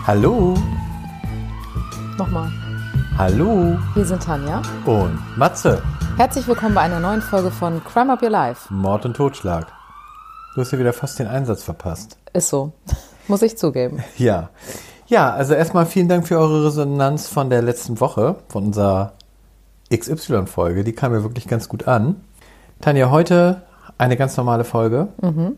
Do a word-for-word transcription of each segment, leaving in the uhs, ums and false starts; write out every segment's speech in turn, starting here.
Hallo. Nochmal. Hallo. Hier sind Tanja Und Matze. Herzlich willkommen bei einer neuen Folge von Crime Up Your Life. Mord und Totschlag. Du hast ja wieder fast den Einsatz verpasst. Ist so. Muss ich zugeben. Ja. Ja, also erstmal vielen Dank für eure Resonanz von der letzten Woche, von unserer X Y-Folge. Die kam ja wirklich ganz gut an. Tanja, heute eine ganz normale Folge. Mhm.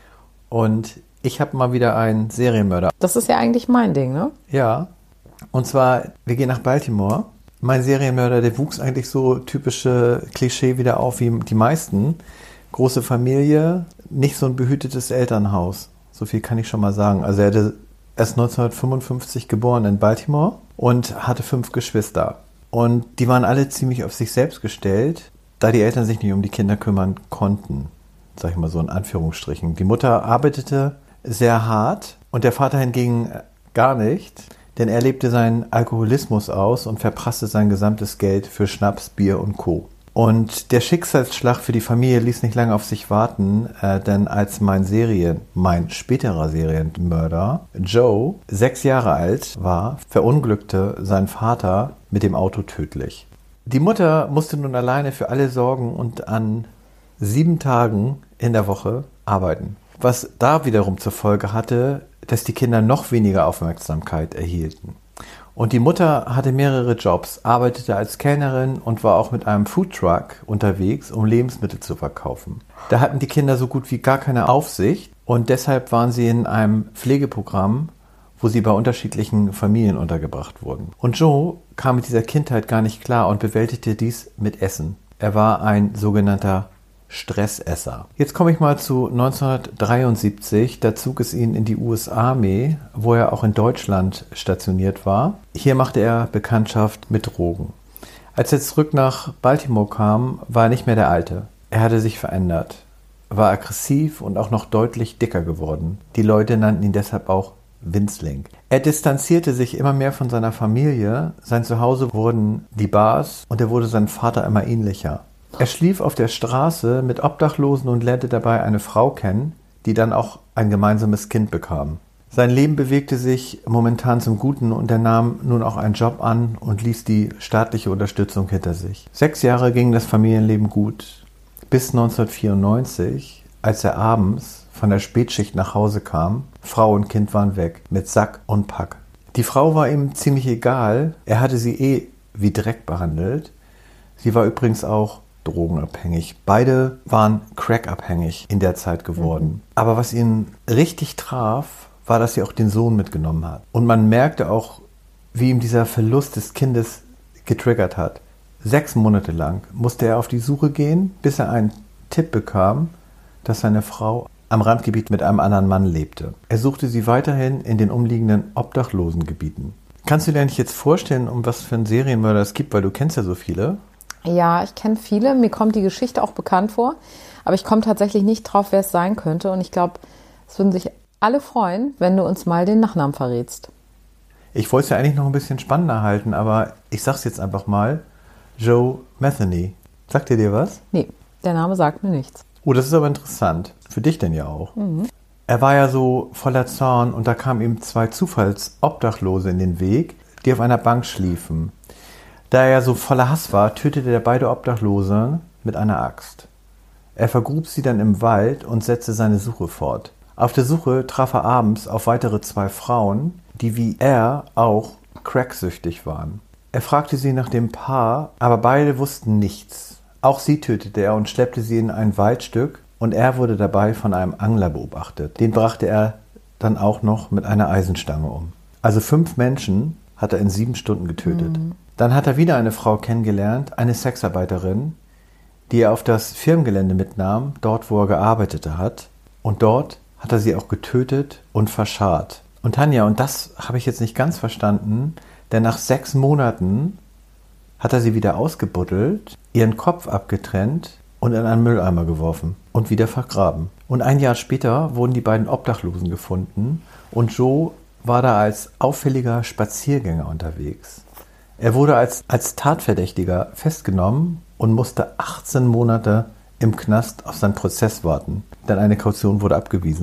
Und ich habe mal wieder einen Serienmörder. Das ist ja eigentlich mein Ding, ne? Ja. Und zwar, wir gehen nach Baltimore. Mein Serienmörder, der wuchs eigentlich so typische Klischee wieder auf wie die meisten. Große Familie, nicht so ein behütetes Elternhaus. So viel kann ich schon mal sagen. Also er ist erst neunzehnhundertfünfundfünfzig geboren in Baltimore und hatte fünf Geschwister. Und die waren alle ziemlich auf sich selbst gestellt, da die Eltern sich nicht um die Kinder kümmern konnten. Sag ich mal so in Anführungsstrichen. Die Mutter arbeitete sehr hart und der Vater hingegen gar nicht, denn er lebte seinen Alkoholismus aus und verprasste sein gesamtes Geld für Schnaps, Bier und Co. Und der Schicksalsschlag für die Familie ließ nicht lange auf sich warten, äh, denn als mein Serien, mein späterer Serienmörder Joe sechs Jahre alt war, verunglückte sein Vater mit dem Auto tödlich. Die Mutter musste nun alleine für alle sorgen und an sieben Tagen in der Woche arbeiten. Was da wiederum zur Folge hatte, dass die Kinder noch weniger Aufmerksamkeit erhielten. Und die Mutter hatte mehrere Jobs, arbeitete als Kellnerin und war auch mit einem Foodtruck unterwegs, um Lebensmittel zu verkaufen. Da hatten die Kinder so gut wie gar keine Aufsicht und deshalb waren sie in einem Pflegeprogramm, wo sie bei unterschiedlichen Familien untergebracht wurden. Und Joe kam mit dieser Kindheit gar nicht klar und bewältigte dies mit Essen. Er war ein sogenannter Stressesser. Jetzt komme ich mal zu neunzehnhundertdreiundsiebzig. Da zog es ihn in die U S-Armee, wo er auch in Deutschland stationiert war. Hier machte er Bekanntschaft mit Drogen. Als er zurück nach Baltimore kam, war er nicht mehr der Alte. Er hatte sich verändert, war aggressiv und auch noch deutlich dicker geworden. Die Leute nannten ihn deshalb auch Winzling. Er distanzierte sich immer mehr von seiner Familie. Sein Zuhause wurden die Bars und er wurde seinem Vater immer ähnlicher. Er schlief auf der Straße mit Obdachlosen und lernte dabei eine Frau kennen, die dann auch ein gemeinsames Kind bekam. Sein Leben bewegte sich momentan zum Guten und er nahm nun auch einen Job an und ließ die staatliche Unterstützung hinter sich. Sechs Jahre ging das Familienleben gut, bis neunzehnhundertvierundneunzig, als er abends von der Spätschicht nach Hause kam. Frau und Kind waren weg, mit Sack und Pack. Die Frau war ihm ziemlich egal, er hatte sie eh wie Dreck behandelt. Sie war übrigens auch drogenabhängig. Beide waren crackabhängig in der Zeit geworden. Mhm. Aber was ihn richtig traf, war, dass sie auch den Sohn mitgenommen hat. Und man merkte auch, wie ihm dieser Verlust des Kindes getriggert hat. Sechs Monate lang musste er auf die Suche gehen, bis er einen Tipp bekam, dass seine Frau am Randgebiet mit einem anderen Mann lebte. Er suchte sie weiterhin in den umliegenden Obdachlosengebieten. Kannst du dir eigentlich jetzt vorstellen, um was für einen Serienmörder es gibt, weil du kennst ja so viele? Ja, ich kenne viele. Mir kommt die Geschichte auch bekannt vor. Aber ich komme tatsächlich nicht drauf, wer es sein könnte. Und ich glaube, es würden sich alle freuen, wenn du uns mal den Nachnamen verrätst. Ich wollte es ja eigentlich noch ein bisschen spannender halten, aber ich sag's jetzt einfach mal. Joe Metheny. Sagt ihr dir was? Nee, der Name sagt mir nichts. Oh, das ist aber interessant. Für dich denn ja auch. Mhm. Er war ja so voller Zorn und da kamen ihm zwei Zufallsobdachlose in den Weg, die auf einer Bank schliefen. Da er so voller Hass war, tötete er beide Obdachlose mit einer Axt. Er vergrub sie dann im Wald und setzte seine Suche fort. Auf der Suche traf er abends auf weitere zwei Frauen, die wie er auch cracksüchtig waren. Er fragte sie nach dem Paar, aber beide wussten nichts. Auch sie tötete er und schleppte sie in ein Waldstück und er wurde dabei von einem Angler beobachtet. Den brachte er dann auch noch mit einer Eisenstange um. Also fünf Menschen hat er in sieben Stunden getötet. Mhm. Dann hat er wieder eine Frau kennengelernt, eine Sexarbeiterin, die er auf das Firmengelände mitnahm, dort wo er gearbeitet hat. Und dort hat er sie auch getötet und verscharrt. Und Tanja, und das habe ich jetzt nicht ganz verstanden, denn nach sechs Monaten hat er sie wieder ausgebuddelt, ihren Kopf abgetrennt und in einen Mülleimer geworfen und wieder vergraben. Und ein Jahr später wurden die beiden Obdachlosen gefunden und Joe war da als auffälliger Spaziergänger unterwegs. Er wurde als, als Tatverdächtiger festgenommen und musste achtzehn Monate im Knast auf seinen Prozess warten. Denn eine Kaution wurde abgewiesen.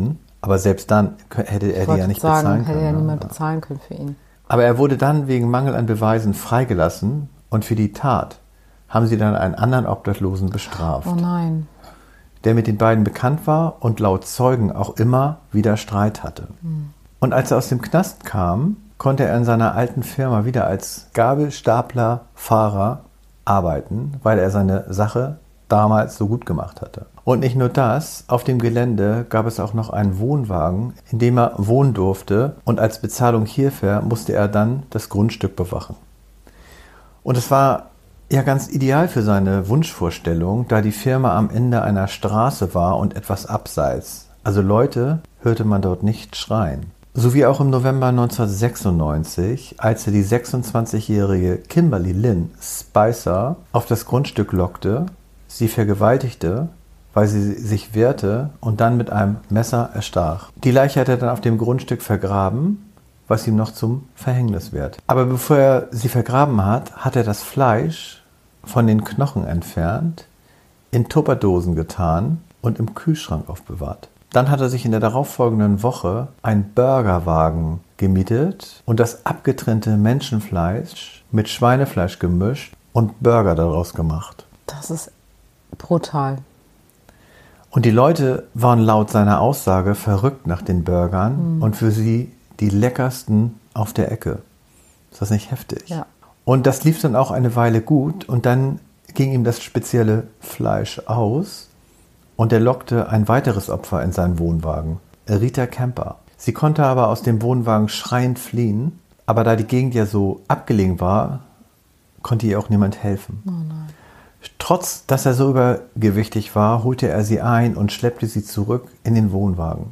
Aber selbst dann hätte er Ich die ja nicht sagen, bezahlen hätte können. ja ne? niemand bezahlen können für ihn. Aber er wurde dann wegen Mangel an Beweisen freigelassen und für die Tat haben sie dann einen anderen Obdachlosen bestraft, Oh nein. der mit den beiden bekannt war und laut Zeugen auch immer wieder Streit hatte. Hm. Und als er aus dem Knast kam, konnte er in seiner alten Firma wieder als Gabelstaplerfahrer arbeiten, weil er seine Sache damals so gut gemacht hatte. Und nicht nur das, auf dem Gelände gab es auch noch einen Wohnwagen, in dem er wohnen durfte, und als Bezahlung hierfür musste er dann das Grundstück bewachen. Und es war ja ganz ideal für seine Wunschvorstellung, da die Firma am Ende einer Straße war und etwas abseits. Also Leute hörte man dort nicht schreien. So wie auch im November neunzehnhundertsechsundneunzig, als er die sechsundzwanzigjährige Kimberly Lynn Spicer auf das Grundstück lockte, sie vergewaltigte, weil sie sich wehrte und dann mit einem Messer erstach. Die Leiche hat er dann auf dem Grundstück vergraben, was ihm noch zum Verhängnis wird. Aber bevor er sie vergraben hat, hat er das Fleisch von den Knochen entfernt, in Tupperdosen getan und im Kühlschrank aufbewahrt. Dann hat er sich in der darauffolgenden Woche einen Burgerwagen gemietet und das abgetrennte Menschenfleisch mit Schweinefleisch gemischt und Burger daraus gemacht. Das ist brutal. Und die Leute waren laut seiner Aussage verrückt nach den Burgern mhm. und für sie die leckersten auf der Ecke. Ist das nicht heftig? Ja. Und das lief dann auch eine Weile gut und dann ging ihm das spezielle Fleisch aus und er lockte ein weiteres Opfer in seinen Wohnwagen, Rita Kemper. Sie konnte aber aus dem Wohnwagen schreiend fliehen, aber da die Gegend ja so abgelegen war, konnte ihr auch niemand helfen. Oh nein. Trotz, dass er so übergewichtig war, holte er sie ein und schleppte sie zurück in den Wohnwagen.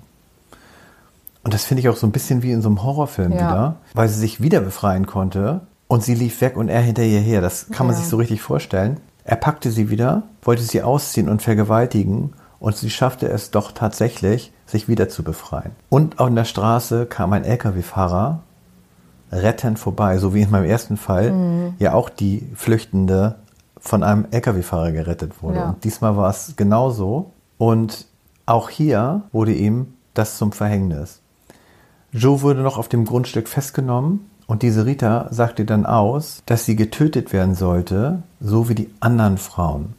Und das finde ich auch so ein bisschen wie in so einem Horrorfilm ja. wieder, weil sie sich wieder befreien konnte und sie lief weg und er hinter ihr her. Das kann man ja. sich so richtig vorstellen. Er packte sie wieder, wollte sie ausziehen und vergewaltigen und sie schaffte es doch tatsächlich, sich wieder zu befreien. Und auf der Straße kam ein L K W-Fahrer rettend vorbei, so wie in meinem ersten Fall mhm. ja auch die Flüchtende von einem L K W-Fahrer gerettet wurde. Ja. Und diesmal war es genauso. Und auch hier wurde ihm das zum Verhängnis. Joe wurde noch auf dem Grundstück festgenommen und diese Rita sagte dann aus, dass sie getötet werden sollte, so wie die anderen Frauen.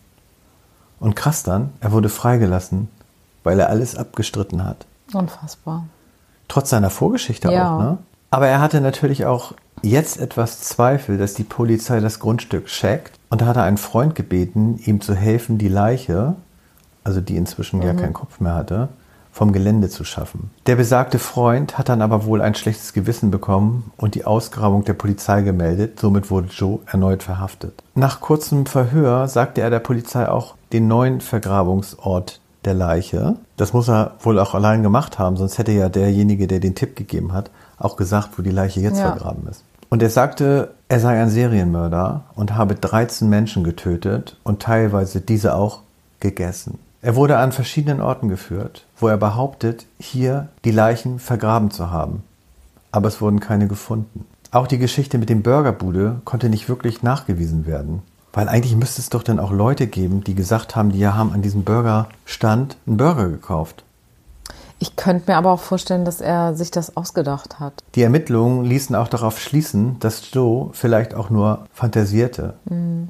Und krass dann, er wurde freigelassen, weil er alles abgestritten hat. Unfassbar. Trotz seiner Vorgeschichte ja. auch, ne? Aber er hatte natürlich auch jetzt etwas Zweifel, dass die Polizei das Grundstück checkt. Und da hat er einen Freund gebeten, ihm zu helfen, die Leiche, also die inzwischen mhm. ja keinen Kopf mehr hatte, vom Gelände zu schaffen. Der besagte Freund hat dann aber wohl ein schlechtes Gewissen bekommen und die Ausgrabung der Polizei gemeldet. Somit wurde Joe erneut verhaftet. Nach kurzem Verhör sagte er der Polizei auch den neuen Vergrabungsort der Leiche. Das muss er wohl auch allein gemacht haben, sonst hätte ja derjenige, der den Tipp gegeben hat, auch gesagt, wo die Leiche jetzt ja. vergraben ist. Und er sagte, er sei ein Serienmörder und habe dreizehn Menschen getötet und teilweise diese auch gegessen. Er wurde an verschiedenen Orten geführt, wo er behauptet, hier die Leichen vergraben zu haben. Aber es wurden keine gefunden. Auch die Geschichte mit dem Burgerbude konnte nicht wirklich nachgewiesen werden. Weil eigentlich müsste es doch dann auch Leute geben, die gesagt haben, die haben an diesem Burgerstand einen Burger gekauft. Ich könnte mir aber auch vorstellen, dass er sich das ausgedacht hat. Die Ermittlungen ließen auch darauf schließen, dass Joe vielleicht auch nur fantasierte. Mhm.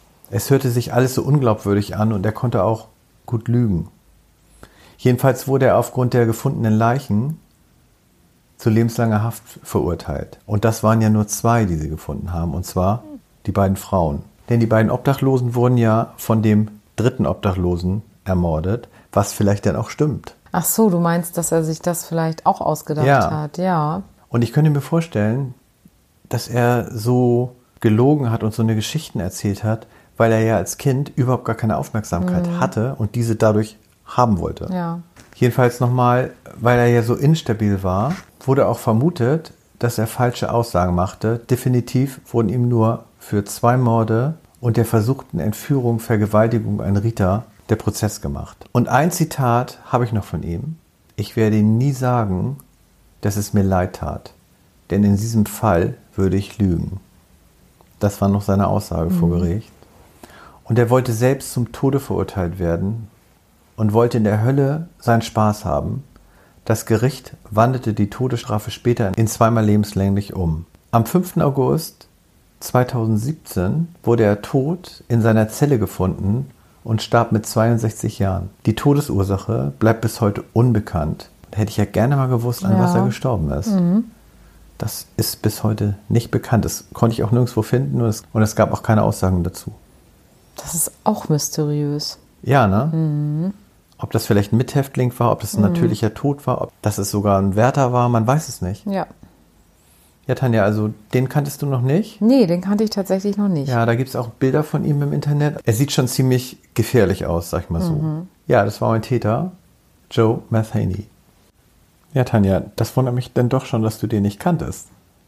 Es hörte sich alles so unglaubwürdig an und er konnte auch gut lügen. Jedenfalls wurde er aufgrund der gefundenen Leichen zu lebenslanger Haft verurteilt. Und das waren ja nur zwei, die sie gefunden haben, und zwar die beiden Frauen. Denn die beiden Obdachlosen wurden ja von dem dritten Obdachlosen ermordet, was vielleicht dann auch stimmt. Ach so, du meinst, dass er sich das vielleicht auch ausgedacht ja. hat, ja. Und ich könnte mir vorstellen, dass er so gelogen hat und so eine Geschichten erzählt hat, weil er ja als Kind überhaupt gar keine Aufmerksamkeit mhm. hatte und diese dadurch haben wollte. Ja. Jedenfalls nochmal, weil er ja so instabil war, wurde auch vermutet, dass er falsche Aussagen machte. Definitiv wurden ihm nur für zwei Morde und der versuchten Entführung, Vergewaltigung an Rita der Prozess gemacht. Und ein Zitat habe ich noch von ihm. Ich werde ihm nie sagen, dass es mir leid tat, denn in diesem Fall würde ich lügen. Das war noch seine Aussage mhm. vor Gericht. Und er wollte selbst zum Tode verurteilt werden und wollte in der Hölle seinen Spaß haben. Das Gericht wandelte die Todesstrafe später in zweimal lebenslänglich um. Am fünften August zweitausendsiebzehn wurde er tot in seiner Zelle gefunden und starb mit zweiundsechzig Jahren. Die Todesursache bleibt bis heute unbekannt. Da hätte ich ja gerne mal gewusst, an Ja. was er gestorben ist. Mhm. Das ist bis heute nicht bekannt. Das konnte ich auch nirgendwo finden und es, und es gab auch keine Aussagen dazu. Das ist auch mysteriös. Ja, ne? Ob das vielleicht ein Mithäftling war, ob das ein natürlicher Tod war, ob das es sogar ein Wärter war, man weiß es nicht. Ja. Ja, Tanja, also den kanntest du noch nicht? Nee, den kannte ich tatsächlich noch nicht. Ja, da gibt es auch Bilder von ihm im Internet. Er sieht schon ziemlich gefährlich aus, sag ich mal so. Ja, das war mein Täter, Joe Matheny. Ja, Tanja, das wundert mich denn doch schon, dass du den nicht kanntest.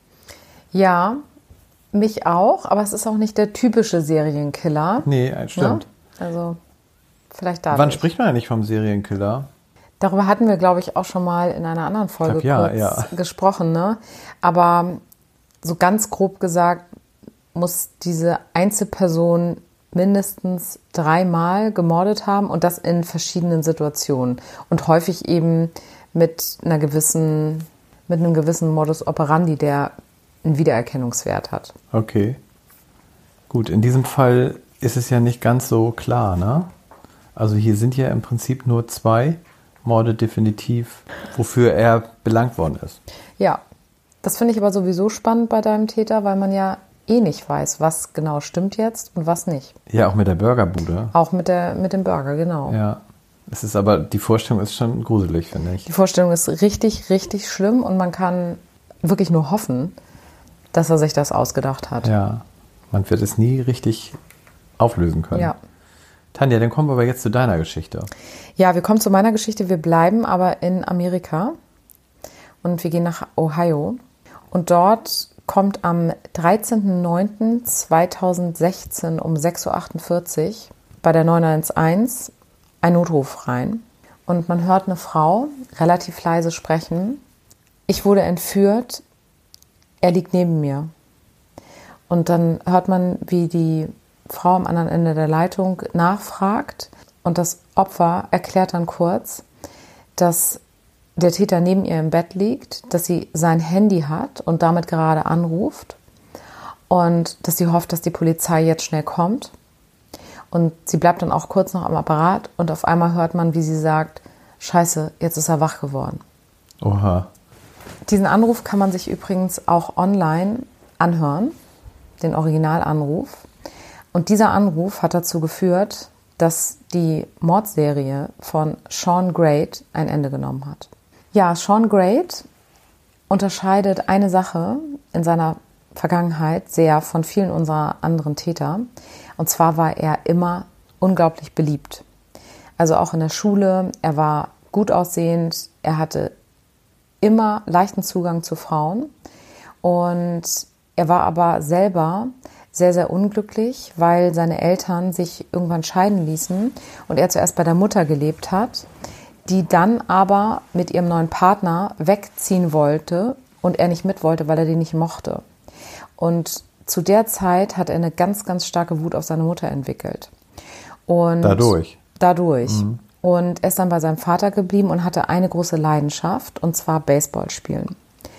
Ja, mich auch, aber es ist auch nicht der typische Serienkiller. Nee, stimmt. Ne? Also vielleicht dadurch. Wann spricht man eigentlich vom Serienkiller? Darüber hatten wir, glaube ich, auch schon mal in einer anderen Folge Ich glaub, kurz ja, ja. gesprochen. Ne? Aber so ganz grob gesagt muss diese Einzelperson mindestens dreimal gemordet haben und das in verschiedenen Situationen und häufig eben mit einer gewissen, mit einem gewissen Modus operandi, der einen Wiedererkennungswert hat. Okay. Gut, in diesem Fall ist es ja nicht ganz so klar, ne? Also hier sind ja im Prinzip nur zwei Morde definitiv, wofür er belangt worden ist. Ja, das finde ich aber sowieso spannend bei deinem Täter, weil man ja eh nicht weiß, was genau stimmt jetzt und was nicht. Ja, auch mit der Burgerbude. Auch mit, der, mit dem Burger, genau. Ja. Es ist aber, die Vorstellung ist schon gruselig, finde ich. Die Vorstellung ist richtig, richtig schlimm und man kann wirklich nur hoffen, dass er sich das ausgedacht hat. Ja, man wird es nie richtig auflösen können. Ja. Tanja, dann kommen wir aber jetzt zu deiner Geschichte. Ja, wir kommen zu meiner Geschichte. Wir bleiben aber in Amerika und wir gehen nach Ohio. Und dort kommt am dreizehnten neunten zweitausendsechzehn um sechs Uhr achtundvierzig bei der neun eins eins ein Notruf rein. Und man hört eine Frau relativ leise sprechen. Ich wurde entführt, er liegt neben mir. Und dann hört man, wie die Frau am anderen Ende der Leitung nachfragt und das Opfer erklärt dann kurz, dass der Täter neben ihr im Bett liegt, dass sie sein Handy hat und damit gerade anruft und dass sie hofft, dass die Polizei jetzt schnell kommt. Und sie bleibt dann auch kurz noch am Apparat und auf einmal hört man, wie sie sagt, Scheiße, jetzt ist er wach geworden. Oha. Diesen Anruf kann man sich übrigens auch online anhören, den Originalanruf. Und dieser Anruf hat dazu geführt, dass die Mordserie von Sean Great ein Ende genommen hat. Ja, Sean Great unterscheidet eine Sache in seiner Vergangenheit sehr von vielen unserer anderen Täter. Und zwar war er immer unglaublich beliebt. Also auch in der Schule, er war gut aussehend, er hatte immer leichten Zugang zu Frauen und er war aber selber sehr, sehr unglücklich, weil seine Eltern sich irgendwann scheiden ließen und er zuerst bei der Mutter gelebt hat, die dann aber mit ihrem neuen Partner wegziehen wollte und er nicht mit wollte, weil er den nicht mochte. Und zu der Zeit hat er eine ganz, ganz starke Wut auf seine Mutter entwickelt. Und Dadurch? Dadurch. Mhm. Und er ist dann bei seinem Vater geblieben und hatte eine große Leidenschaft, und zwar Baseball spielen.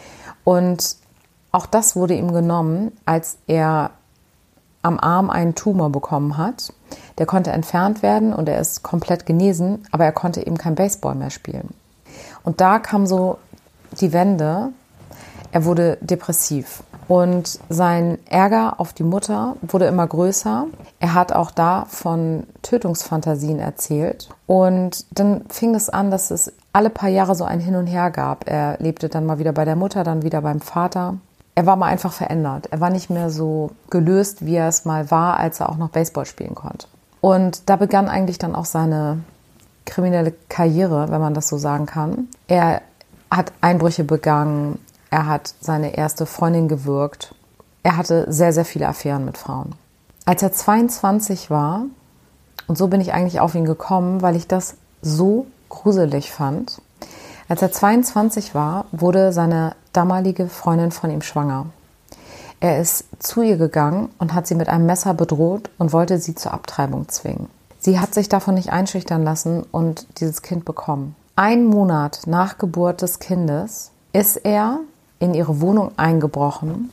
Und auch das wurde ihm genommen, als er am Arm einen Tumor bekommen hat. Der konnte entfernt werden und er ist komplett genesen, aber er konnte eben kein Baseball mehr spielen. Und da kam so die Wende. Er wurde depressiv und sein Ärger auf die Mutter wurde immer größer. Er hat auch da von Tötungsfantasien erzählt. Und dann fing es an, dass es alle paar Jahre so ein Hin und Her gab. Er lebte dann mal wieder bei der Mutter, dann wieder beim Vater. Er war mal einfach verändert. Er war nicht mehr so gelöst, wie er es mal war, als er auch noch Baseball spielen konnte. Und da begann eigentlich dann auch seine kriminelle Karriere, wenn man das so sagen kann. Er hat Einbrüche begangen, er hat seine erste Freundin gewürgt. Er hatte sehr, sehr viele Affären mit Frauen. Als er zweiundzwanzig war, und so bin ich eigentlich auf ihn gekommen, weil ich das so gruselig fand. Als er zweiundzwanzig war, wurde seine damalige Freundin von ihm schwanger. Er ist zu ihr gegangen und hat sie mit einem Messer bedroht und wollte sie zur Abtreibung zwingen. Sie hat sich davon nicht einschüchtern lassen und dieses Kind bekommen. ein Monat nach Geburt des Kindes ist er in ihre Wohnung eingebrochen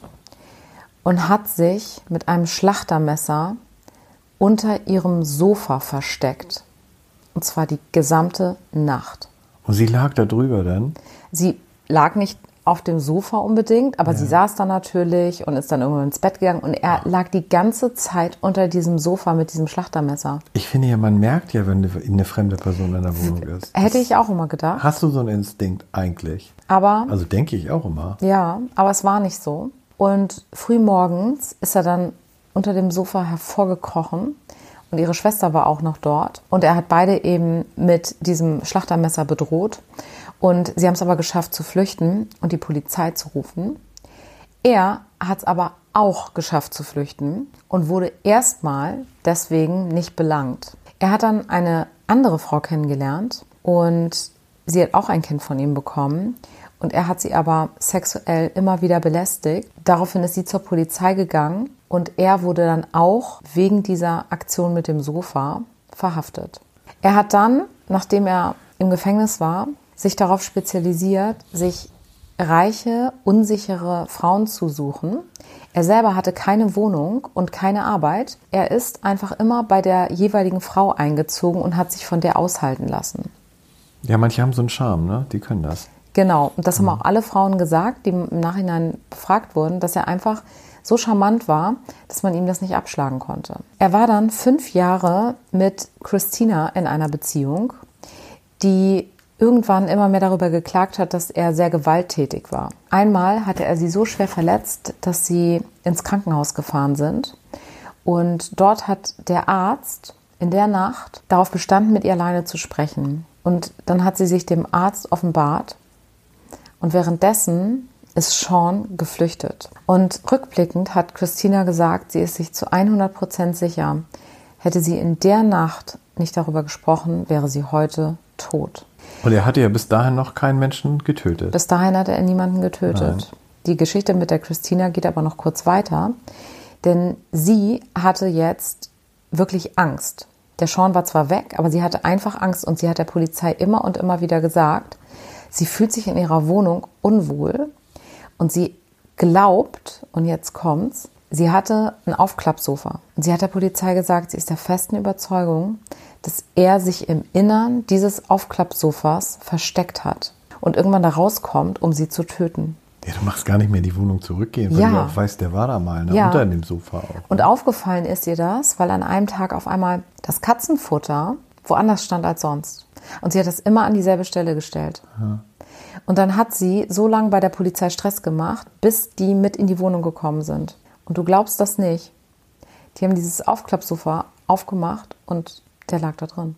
und hat sich mit einem Schlachtermesser unter ihrem Sofa versteckt. Und zwar die gesamte Nacht. Und sie lag da drüber dann? Sie lag nicht auf dem Sofa unbedingt, aber Ja. sie saß da natürlich und ist dann irgendwann ins Bett gegangen. Und er lag die ganze Zeit unter diesem Sofa mit diesem Schlachtermesser. Ich finde ja, man merkt ja, wenn eine fremde Person in der Wohnung ist. Hätte ich auch immer gedacht. Hast du so einen Instinkt eigentlich? Aber Also denke ich auch immer. ja, aber es war nicht so. Und früh morgens ist er dann unter dem Sofa hervorgekrochen und ihre Schwester war auch noch dort. Und er hat beide eben mit diesem Schlachtermesser bedroht. Und sie haben es aber geschafft zu flüchten und die Polizei zu rufen. Er hat es aber auch geschafft zu flüchten und wurde erstmal deswegen nicht belangt. Er hat dann eine andere Frau kennengelernt und sie hat auch ein Kind von ihm bekommen. Und er hat sie aber sexuell immer wieder belästigt. Daraufhin ist sie zur Polizei gegangen und er wurde dann auch wegen dieser Aktion mit dem Sofa verhaftet. Er hat dann, nachdem er im Gefängnis war, sich darauf spezialisiert, sich reiche, unsichere Frauen zu suchen. Er selber hatte keine Wohnung und keine Arbeit. Er ist einfach immer bei der jeweiligen Frau eingezogen und hat sich von der aushalten lassen. Ja, manche haben so einen Charme, ne? Die können das. Genau, und das haben auch alle Frauen gesagt, die im Nachhinein befragt wurden, dass er einfach so charmant war, dass man ihm das nicht abschlagen konnte. Er war dann fünf Jahre mit Christina in einer Beziehung, die irgendwann immer mehr darüber geklagt hat, dass er sehr gewalttätig war. Einmal hatte er sie so schwer verletzt, dass sie ins Krankenhaus gefahren sind. Und dort hat der Arzt in der Nacht darauf bestanden, mit ihr alleine zu sprechen. Und dann hat sie sich dem Arzt offenbart. Und währenddessen ist Sean geflüchtet. Und rückblickend hat Christina gesagt, sie ist sich zu hundert Prozent sicher, hätte sie in der Nacht nicht darüber gesprochen, wäre sie heute tot. Und er hatte ja bis dahin noch keinen Menschen getötet. Bis dahin hatte er niemanden getötet. Nein. Die Geschichte mit der Christina geht aber noch kurz weiter, denn sie hatte jetzt wirklich Angst. Der Sean war zwar weg, aber sie hatte einfach Angst und sie hat der Polizei immer und immer wieder gesagt, sie fühlt sich in ihrer Wohnung unwohl und sie glaubt, und jetzt kommt's, sie hatte ein Aufklappsofa. Und sie hat der Polizei gesagt, sie ist der festen Überzeugung, dass er sich im Innern dieses Aufklappsofas versteckt hat und irgendwann da rauskommt, um sie zu töten. Ja, du machst gar nicht mehr in die Wohnung zurückgehen, weil Ja. du auch weißt, der war da mal, ne? Ja. Unter dem Sofa auch. Und aufgefallen ist ihr das, weil an einem Tag auf einmal das Katzenfutter woanders stand als sonst. Und sie hat das immer an dieselbe Stelle gestellt. Ja. Und dann hat sie so lange bei der Polizei Stress gemacht, bis die mit in die Wohnung gekommen sind. Und du glaubst das nicht. Die haben dieses Aufklappsofa aufgemacht und der lag da drin.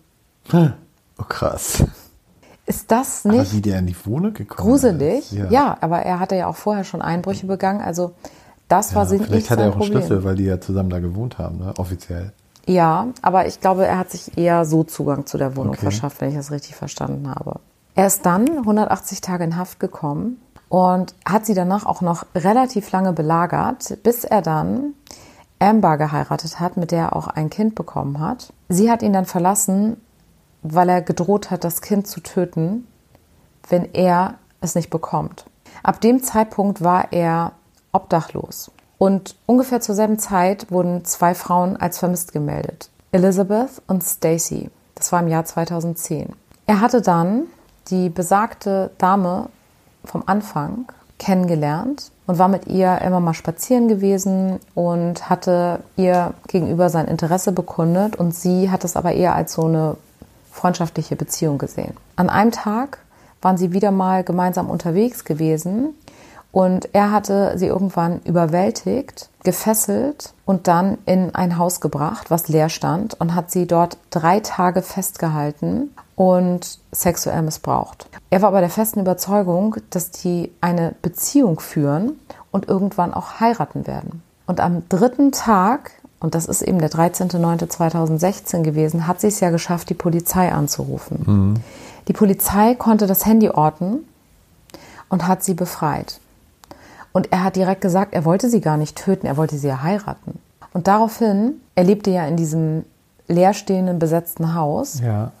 Oh, krass. Ist das Aber nicht wie der in die Wohnung gekommen gruselig? ist. Ja. Ja. aber er hatte ja auch vorher schon Einbrüche begangen. Also das war Ja, sicherlich vielleicht hat sein er auch einen Problem. Schlüssel, weil die ja zusammen da gewohnt haben, ne? Offiziell. Ja, aber ich glaube, er hat sich eher so Zugang zu der Wohnung Okay. verschafft, wenn ich das richtig verstanden habe. Er ist dann hundertachtzig Tage in Haft gekommen und hat sie danach auch noch relativ lange belagert, bis er dann Amber geheiratet hat, mit der er auch ein Kind bekommen hat. Sie hat ihn dann verlassen, weil er gedroht hat, das Kind zu töten, wenn er es nicht bekommt. Ab dem Zeitpunkt war er obdachlos. Und ungefähr zur selben Zeit wurden zwei Frauen als vermisst gemeldet. Elizabeth und Stacy. Das war im Jahr zweitausendzehn. Er hatte dann die besagte Dame vom Anfang kennengelernt und war mit ihr immer mal spazieren gewesen und hatte ihr gegenüber sein Interesse bekundet und sie hat es aber eher als so eine freundschaftliche Beziehung gesehen. An einem Tag waren sie wieder mal gemeinsam unterwegs gewesen und er hatte sie irgendwann überwältigt, gefesselt und dann in ein Haus gebracht, was leer stand, und hat sie dort drei Tage festgehalten und sexuell missbraucht. Er war aber der festen Überzeugung, dass die eine Beziehung führen und irgendwann auch heiraten werden. Und am dritten Tag, und das ist eben der dreizehnter neunter zweitausendsechzehn gewesen, hat sie es ja geschafft, die Polizei anzurufen. Mhm. Die Polizei konnte das Handy orten und hat sie befreit. Und er hat direkt gesagt, er wollte sie gar nicht töten, er wollte sie ja heiraten. Und daraufhin, er lebte ja in diesem leerstehenden, besetzten Haus, Ja.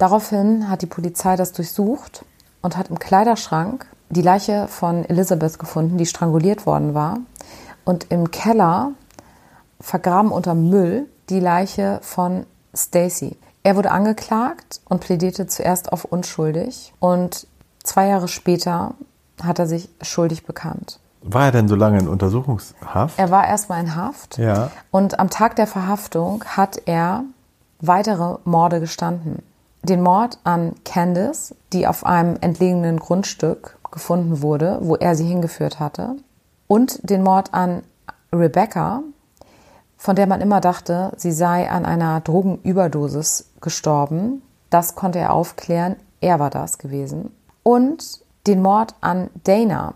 Daraufhin hat die Polizei das durchsucht und hat im Kleiderschrank die Leiche von Elizabeth gefunden, die stranguliert worden war. Und im Keller, vergraben unter Müll, die Leiche von Stacey. Er wurde angeklagt und plädierte zuerst auf unschuldig. Und zwei Jahre später hat er sich schuldig bekannt. War er denn so lange in Untersuchungshaft? Er war erstmal in Haft. Ja. Und am Tag der Verhaftung hat er weitere Morde gestanden. Den Mord an Candace, die auf einem entlegenen Grundstück gefunden wurde, wo er sie hingeführt hatte. Und den Mord an Rebecca, von der man immer dachte, sie sei an einer Drogenüberdosis gestorben. Das konnte er aufklären. Er war das gewesen. Und den Mord an Dana,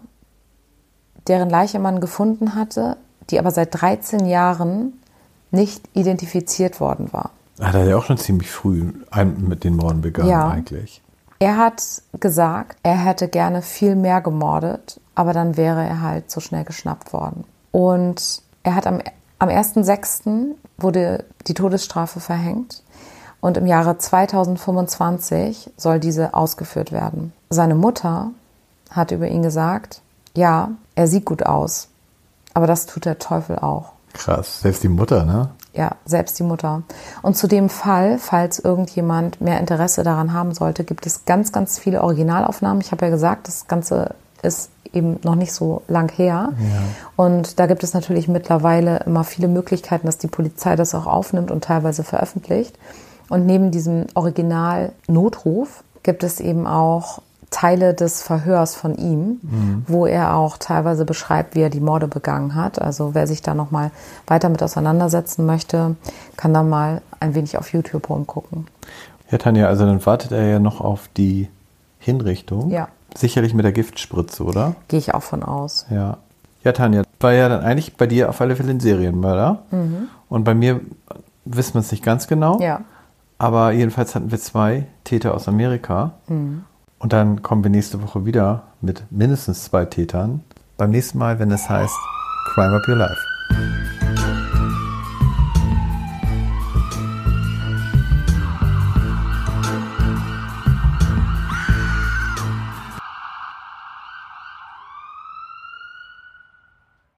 deren Leiche man gefunden hatte, die aber seit dreizehn Jahren nicht identifiziert worden war. Hat er ja auch schon ziemlich früh mit den Morden begangen, ja. Eigentlich. Er hat gesagt, er hätte gerne viel mehr gemordet, aber dann wäre er halt so schnell geschnappt worden. Und er hat am, am ersten sechsten wurde die Todesstrafe verhängt und im Jahre zweitausendfünfundzwanzig soll diese ausgeführt werden. Seine Mutter hat über ihn gesagt, ja, er sieht gut aus, aber das tut der Teufel auch. Krass, selbst die Mutter, ne? Ja, selbst die Mutter. Und zu dem Fall, falls irgendjemand mehr Interesse daran haben sollte, gibt es ganz, ganz viele Originalaufnahmen. Ich habe ja gesagt, das Ganze ist eben noch nicht so lang her. Ja. Und da gibt es natürlich mittlerweile immer viele Möglichkeiten, dass die Polizei das auch aufnimmt und teilweise veröffentlicht. Und neben diesem Original-Notruf gibt es eben auch Teile des Verhörs von ihm, mhm. wo er auch teilweise beschreibt, wie er die Morde begangen hat. Also wer sich da nochmal weiter mit auseinandersetzen möchte, kann da mal ein wenig auf YouTube rumgucken. Ja, Tanja, also dann wartet er ja noch auf die Hinrichtung. Ja. Sicherlich mit der Giftspritze, oder? Gehe ich auch von aus. Ja. Ja, Tanja, war ja dann eigentlich bei dir auf alle Fälle ein Serienmörder. Mhm. Und bei mir wissen wir es nicht ganz genau. Ja. Aber jedenfalls hatten wir zwei Täter aus Amerika. Mhm. Und dann kommen wir nächste Woche wieder mit mindestens zwei Tätern. Beim nächsten Mal, wenn es heißt Crime Up Your Life.